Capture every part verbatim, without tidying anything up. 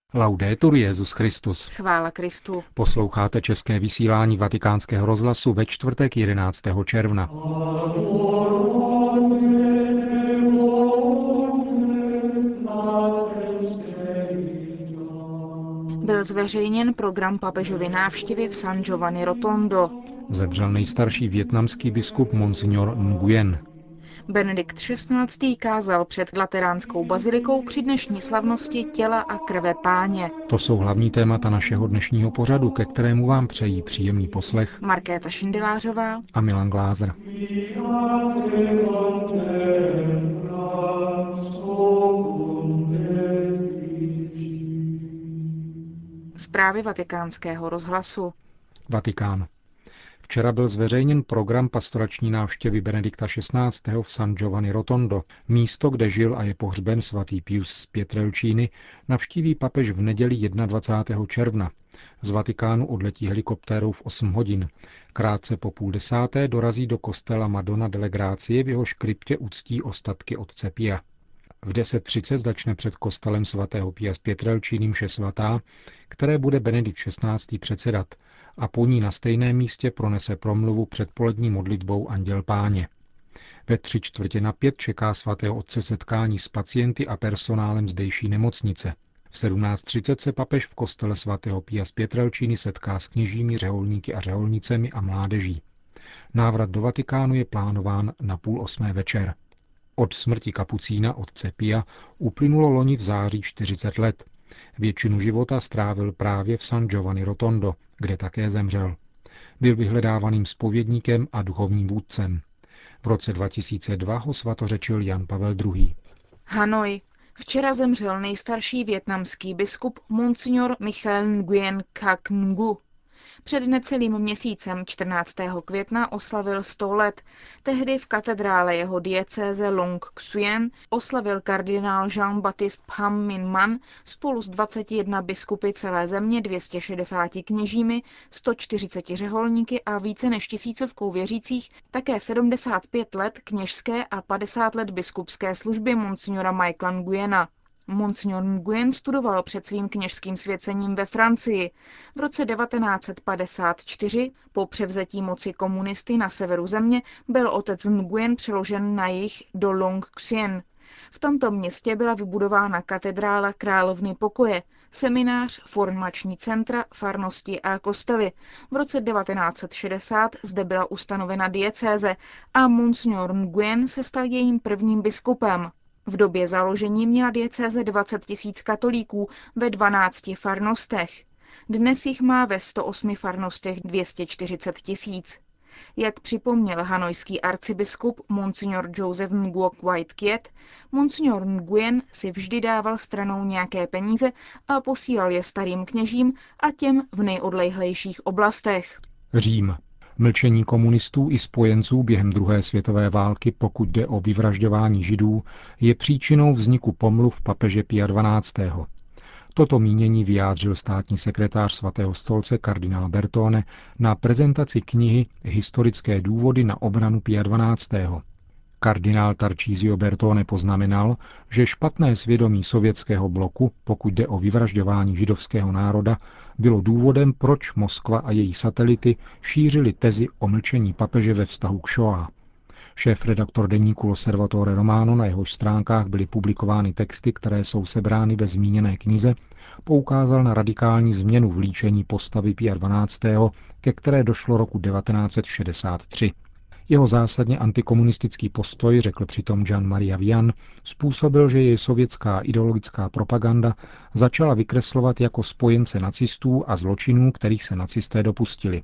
Laudetur Jesus Christus. Chvála Kristu. Posloucháte české vysílání Vatikánského rozhlasu ve čtvrtek jedenáctého června. Byl zveřejněn program papežovy návštěvy v San Giovanni Rotondo. Zemřel nejstarší vietnamský biskup Monsignor Nguyen. Benedikt šestnáctý. Kázal před Lateránskou bazilikou při dnešní slavnosti těla a krve Páně. To jsou hlavní témata našeho dnešního pořadu, ke kterému vám přejí příjemný poslech Markéta Šindelářová a Milan Glázer. Zprávy Vatikánského rozhlasu. Vatikán. Včera byl zveřejněn program pastorační návštěvy Benedikta šestnáctého. v San Giovanni Rotondo. Místo, kde žil a je pohřben svatý Pius z Pietrelciny, navštíví papež v neděli dvacátého prvního června. Z Vatikánu odletí helikoptérou v osm hodin. Krátce po půl desáté dorazí do kostela Madonna delle Grazie, v jehož kryptě uctí ostatky otce Pia. V deset třicet začne před kostelem svatého Pia z Pietrelciny mše svatá, které bude Benedikt šestnáctý. předsedat, a po ní na stejném místě pronese promluvu před polední modlitbou Anděl Páně. Ve tři čtvrtě na pět čeká svatého otce setkání s pacienty a personálem zdejší nemocnice. V sedmnáct třicet se papež v kostele svatého Pia z Pietrelciny setká s kněžími, řeholníky a řeholnicemi a mládeží. Návrat do Vatikánu je plánován na půl osmé večer. Od smrti kapucína otce Pia uplynulo loni v září čtyřicet let. Většinu života strávil právě v San Giovanni Rotondo, kde také zemřel. Byl vyhledávaným zpovědníkem a duchovním vůdcem. V roce dva tisíce dva ho svatořečil Jan Pavel druhý. Hanoj. Včera zemřel nejstarší vietnamský biskup Monsignor Michael Nguyen Khac Ngu. Před necelým měsícem čtrnáctého května oslavil sto let. Tehdy v katedrále jeho diecéze Long Xuyen oslavil kardinál Jean-Baptiste Pham Minh Man spolu s dvaceti jedné biskupy celé země, dvěma sty šedesáti kněžími, sto čtyřiceti řeholníky a více než tisícovkou věřících také sedmdesát pět let kněžské a padesát let biskupské služby monsignora Michaela Nguyena. Monsignor Nguyen studoval před svým kněžským svěcením ve Francii. V roce devatenáct set padesát čtyři, po převzetí moci komunisty na severu země, byl otec Nguyen přeložen na jih do Long Xuyen. V tomto městě byla vybudována katedrála Královny pokoje, seminář, formační centra, farnosti a kostely. V roce devatenáct set šedesát zde byla ustanovena diecéze a Monsignor Nguyen se stal jejím prvním biskupem. V době založení měla diecéze dvacet tisíc katolíků ve dvanácti farnostech. Dnes jich má ve sto osmi farnostech dvě stě čtyřicet tisíc. Jak připomněl hanojský arcibiskup Monsignor Joseph Nguok White Kiet, Monsignor Nguyen si vždy dával stranou nějaké peníze a posílal je starým kněžím a těm v nejodlehlejších oblastech. Řím. Mlčení komunistů i spojenců během druhé světové války, pokud jde o vyvražďování židů, je příčinou vzniku pomluv papeže Pia dvanáctého. Toto mínění vyjádřil státní sekretář svatého stolce kardinál Bertone na prezentaci knihy Historické důvody na obranu Pia dvanáctého. Kardinál Tarcísio Bertone poznamenal, že špatné svědomí sovětského bloku, pokud jde o vyvražďování židovského národa, bylo důvodem, proč Moskva a její satelity šířili tezi o mlčení papeže ve vztahu k Shoah. Šéfredaktor deníku L'Osservatore Romano, na jehož stránkách byly publikovány texty, které jsou sebrány ve zmíněné knize, poukázal na radikální změnu v líčení postavy Pia dvanáctého., ke které došlo roku devatenáct set šedesát tři. Jeho zásadně antikomunistický postoj, řekl přitom Gian Maria Vian, způsobil, že jej sovětská ideologická propaganda začala vykreslovat jako spojence nacistů a zločinů, kterých se nacisté dopustili.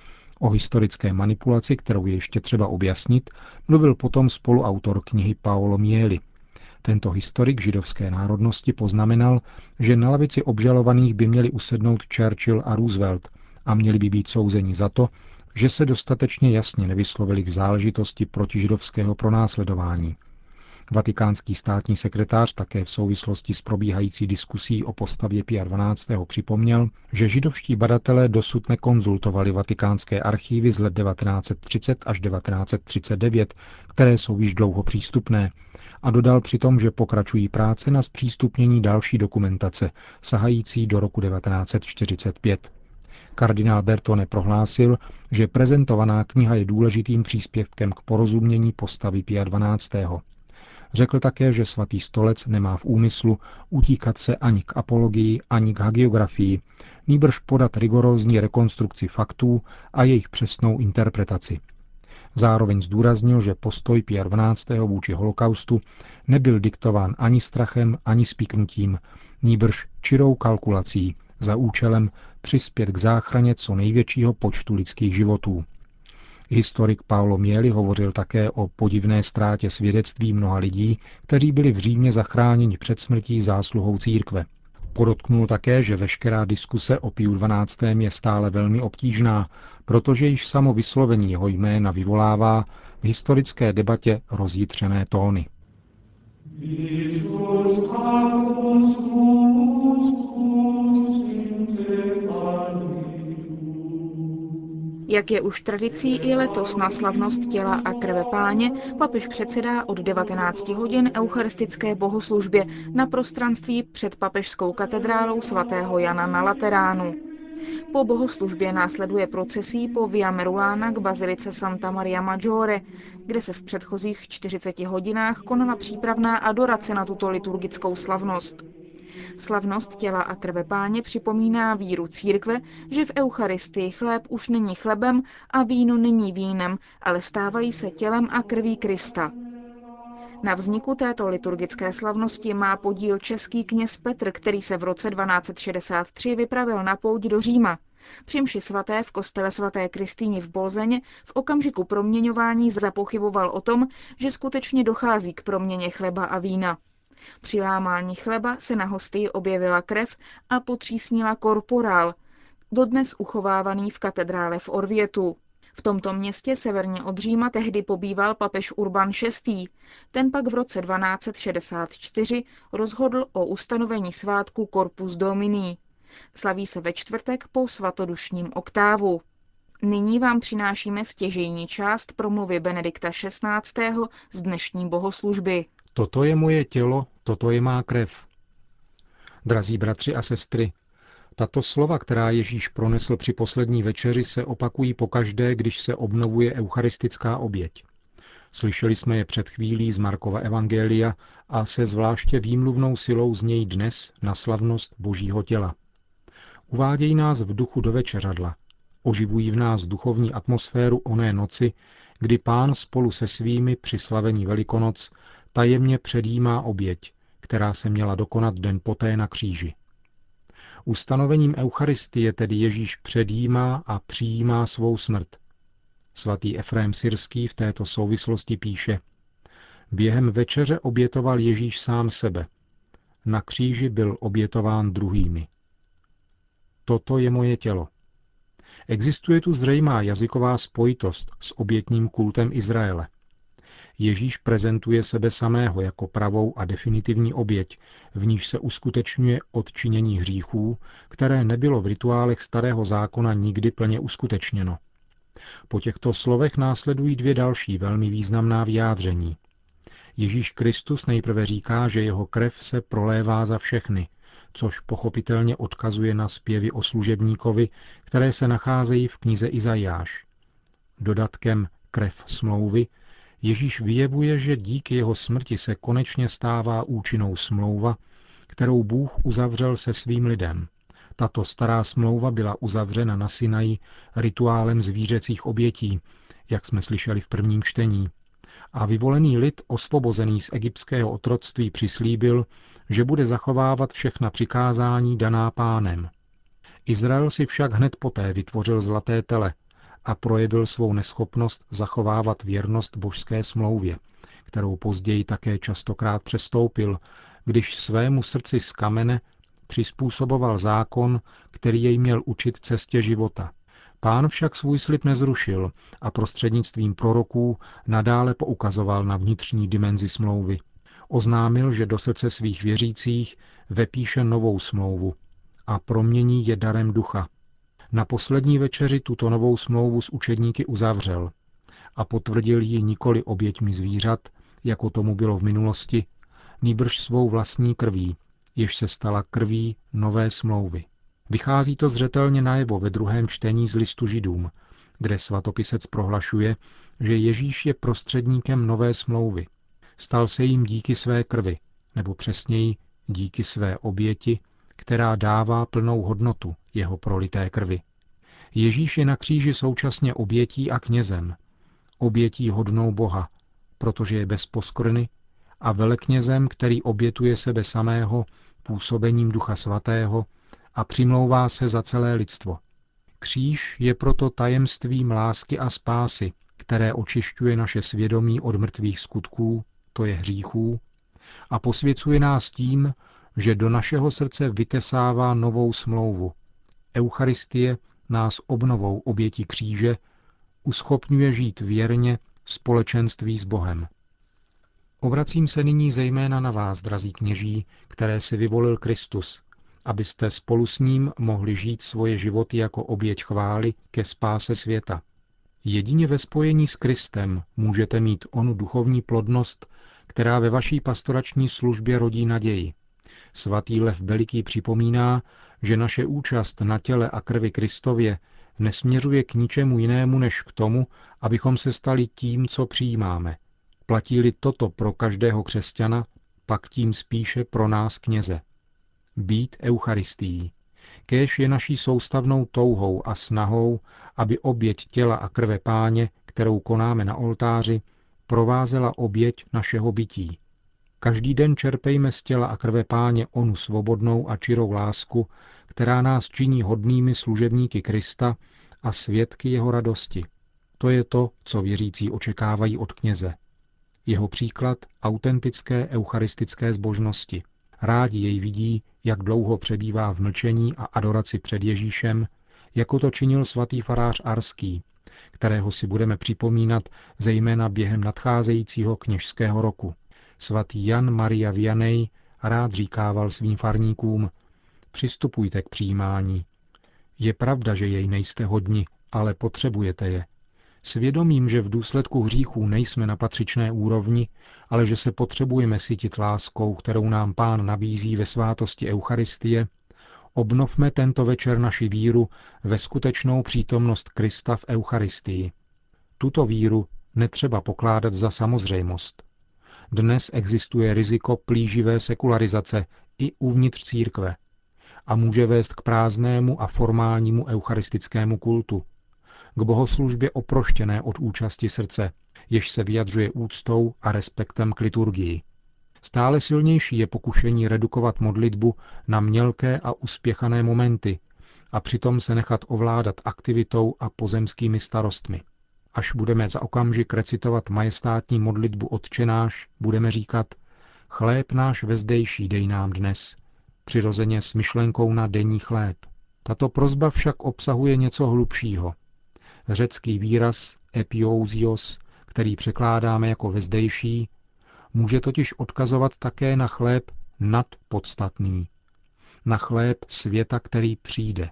O historické manipulaci, kterou je ještě třeba objasnit, mluvil potom spoluautor knihy Paolo Mieli. Tento historik židovské národnosti poznamenal, že na lavici obžalovaných by měli usednout Churchill a Roosevelt a měli by být souzeni za to, že se dostatečně jasně nevyslovili k záležitosti protižidovského pronásledování. Vatikánský státní sekretář také v souvislosti s probíhající diskusí o postavě Pia dvanáctého. připomněl, že židovští badatelé dosud nekonzultovali vatikánské archívy z let devatenáct set třicet až devatenáct set třicet devět, které jsou již dlouho přístupné, a dodal přitom, že pokračují práce na zpřístupnění další dokumentace, sahající do roku devatenáct set čtyřicet pět. Kardinál Bertone prohlásil, že prezentovaná kniha je důležitým příspěvkem k porozumění postavy Pia dvanáctého. Řekl také, že svatý stolec nemá v úmyslu utíkat se ani k apologii, ani k hagiografii, nýbrž podat rigorózní rekonstrukci faktů a jejich přesnou interpretaci. Zároveň zdůraznil, že postoj Pia dvanáctého vůči holokaustu nebyl diktován ani strachem, ani spiknutím, nýbrž čirou kalkulací za účelem přispět k záchraně co největšího počtu lidských životů. Historik Paolo Mieli hovořil také o podivné ztrátě svědectví mnoha lidí, kteří byli v Římě zachráněni před smrtí zásluhou církve. Podotknul také, že veškerá diskuse o Piu dvanáctém je stále velmi obtížná, protože již samo vyslovení jeho jména vyvolává v historické debatě rozjitřené tóny. Jak je už tradicí, i letos na slavnost těla a krve Páně papež předsedá od devatenácti hodin eucharistické bohoslužbě na prostranství před papežskou katedrálou svatého Jana na Lateránu. Po bohoslužbě následuje procesí po Via Merulana k bazilice Santa Maria Maggiore, kde se v předchozích čtyřiceti hodinách konala přípravná adorace na tuto liturgickou slavnost. Slavnost těla a krve Páně připomíná víru církve, že v Eucharistii chléb už není chlebem a víno není vínem, ale stávají se tělem a krví Krista. Na vzniku této liturgické slavnosti má podíl český kněz Petr, který se v roce dvanáct set šedesát tři vypravil na pouť do Říma. Při mši svaté v kostele svaté Kristýny v Bolzeně v okamžiku proměňování zapochyboval o tom, že skutečně dochází k proměně chleba a vína. Při lámání chleba se na hostii objevila krev a potřísnila korporál, dodnes uchovávaný v katedrále v Orvietu. V tomto městě severně od Říma tehdy pobýval papež Urban šestý. Ten pak v roce dvanáct set šedesát čtyři rozhodl o ustanovení svátku Corpus Domini. Slaví se ve čtvrtek po svatodušním oktávu. Nyní vám přinášíme stěžejní část promluvy Benedikta šestnáctého z dnešní bohoslužby. Toto je moje tělo, toto je má krev. Drazí bratři a sestry, tato slova, která Ježíš pronesl při poslední večeři, se opakují pokaždé, když se obnovuje eucharistická oběť. Slyšeli jsme je před chvílí z Markova evangelia a se zvláště výmluvnou silou z něj dnes na slavnost Božího těla. Uvádějí nás v duchu do večeřadla, oživují v nás duchovní atmosféru oné noci, kdy Pán spolu se svými při slavení Velikonoc tajemně předjímá oběť, která se měla dokonat den poté na kříži. Ustanovením Eucharistie tedy Ježíš předjímá a přijímá svou smrt. Svatý Efrém Syrský v této souvislosti píše: Během večeře obětoval Ježíš sám sebe. Na kříži byl obětován druhými. Toto je moje tělo. Existuje tu zřejmá jazyková spojitost s obětním kultem Izraele. Ježíš prezentuje sebe samého jako pravou a definitivní oběť, v níž se uskutečňuje odčinění hříchů, které nebylo v rituálech starého zákona nikdy plně uskutečněno. Po těchto slovech následují dvě další velmi významná vyjádření. Ježíš Kristus nejprve říká, že jeho krev se prolévá za všechny, což pochopitelně odkazuje na zpěvy o služebníkovi, které se nacházejí v knize Izajáš. Dodatkem krev smlouvy Ježíš vyjevuje, že díky jeho smrti se konečně stává účinnou smlouva, kterou Bůh uzavřel se svým lidem. Tato stará smlouva byla uzavřena na Sinaji rituálem zvířecích obětí, jak jsme slyšeli v prvním čtení. A vyvolený lid, osvobozený z egyptského otroctví, přislíbil, že bude zachovávat všechna přikázání daná Pánem. Izrael si však hned poté vytvořil zlaté tele a projevil svou neschopnost zachovávat věrnost božské smlouvě, kterou později také častokrát přestoupil, když svému srdci z kamene přizpůsoboval zákon, který jej měl učit cestě života. Pán však svůj slib nezrušil a prostřednictvím proroků nadále poukazoval na vnitřní dimenzi smlouvy. Oznámil, že do srdce svých věřících vepíše novou smlouvu a promění je darem ducha. Na poslední večeři tuto novou smlouvu s učedníky uzavřel a potvrdil ji nikoli oběťmi zvířat, jako tomu bylo v minulosti, nýbrž svou vlastní krví, jež se stala krví nové smlouvy. Vychází to zřetelně najevo ve druhém čtení z listu Židům, kde svatopisec prohlašuje, že Ježíš je prostředníkem nové smlouvy. Stal se jím díky své krvi, nebo přesněji díky své oběti, která dává plnou hodnotu jeho prolité krvi. Ježíš je na kříži současně obětí a knězem. Obětí hodnou Boha, protože je bez poskvrny, a veleknězem, který obětuje sebe samého působením Ducha Svatého a přimlouvá se za celé lidstvo. Kříž je proto tajemstvím lásky a spásy, které očišťuje naše svědomí od mrtvých skutků, to je hříchů, a posvěcuje nás tím, že do našeho srdce vytesává novou smlouvu. Eucharistie nás obnovou obětí kříže uschopňuje žít věrně v společenství s Bohem. Obracím se nyní zejména na vás, drazí kněží, které si vyvolil Kristus, abyste spolu s ním mohli žít svoje životy jako oběť chvály ke spáse světa. Jedině ve spojení s Kristem můžete mít onu duchovní plodnost, která ve vaší pastorační službě rodí naději. Svatý Lev Veliký připomíná, že naše účast na těle a krvi Kristově nesměřuje k ničemu jinému než k tomu, abychom se stali tím, co přijímáme. Platí-li toto pro každého křesťana, pak tím spíše pro nás kněze. Být Eucharistií. Kéž je naší soustavnou touhou a snahou, aby oběť těla a krve Páně, kterou konáme na oltáři, provázela oběť našeho bytí. Každý den čerpejme z těla a krve Páně onu svobodnou a čirou lásku, která nás činí hodnými služebníky Krista a svědky jeho radosti. To je to, co věřící očekávají od kněze. Jeho příklad autentické eucharistické zbožnosti. Rádi jej vidí, jak dlouho přebývá v mlčení a adoraci před Ježíšem, jako to činil svatý farář Arský, kterého si budeme připomínat zejména během nadcházejícího kněžského roku. Svatý Jan Maria Vianney rád říkával svým farníkům: přistupujte k přijímání. Je pravda, že jej nejste hodni, ale potřebujete je. Svědomím, že v důsledku hříchů nejsme na patřičné úrovni, ale že se potřebujeme sytit láskou, kterou nám Pán nabízí ve svátosti Eucharistie, obnovme tento večer naši víru ve skutečnou přítomnost Krista v Eucharistii. Tuto víru netřeba pokládat za samozřejmost. Dnes existuje riziko plíživé sekularizace i uvnitř církve a může vést k prázdnému a formálnímu eucharistickému kultu, k bohoslužbě oproštěné od účasti srdce, jež se vyjadřuje úctou a respektem k liturgii. Stále silnější je pokušení redukovat modlitbu na mělké a uspěchané momenty a přitom se nechat ovládat aktivitou a pozemskými starostmi. Až budeme za okamžik recitovat majestátní modlitbu Otčenáš, budeme říkat: chléb náš vezdejší dej nám dnes, přirozeně s myšlenkou na denní chléb. Tato prosba však obsahuje něco hlubšího. Řecký výraz epiousios, který překládáme jako vezdejší, může totiž odkazovat také na chléb nadpodstatný, na chléb světa, který přijde.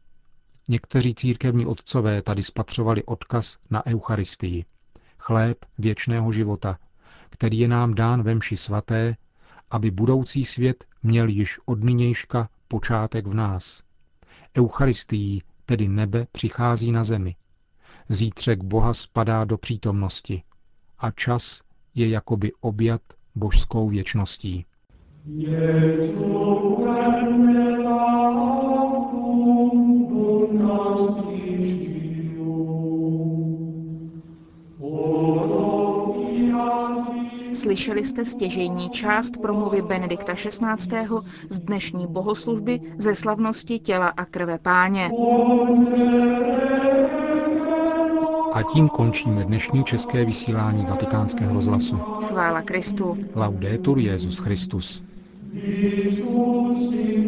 Někteří církevní otcové tady spatřovali odkaz na Eucharistii, chléb věčného života, který je nám dán ve mši svaté, aby budoucí svět měl již od nynějška počátek v nás. Eucharistií, tedy nebe, přichází na zemi. Zítřek Boha spadá do přítomnosti a čas je jakoby objat božskou věčností. Slyšeli jste stěžejní část promluvy Benedikta šestnáctého z dnešní bohoslužby ze slavnosti těla a krve Páně. A tím končíme dnešní české vysílání Vatikánského rozhlasu. Chvála Kristu. Laudetur Jesus Christus.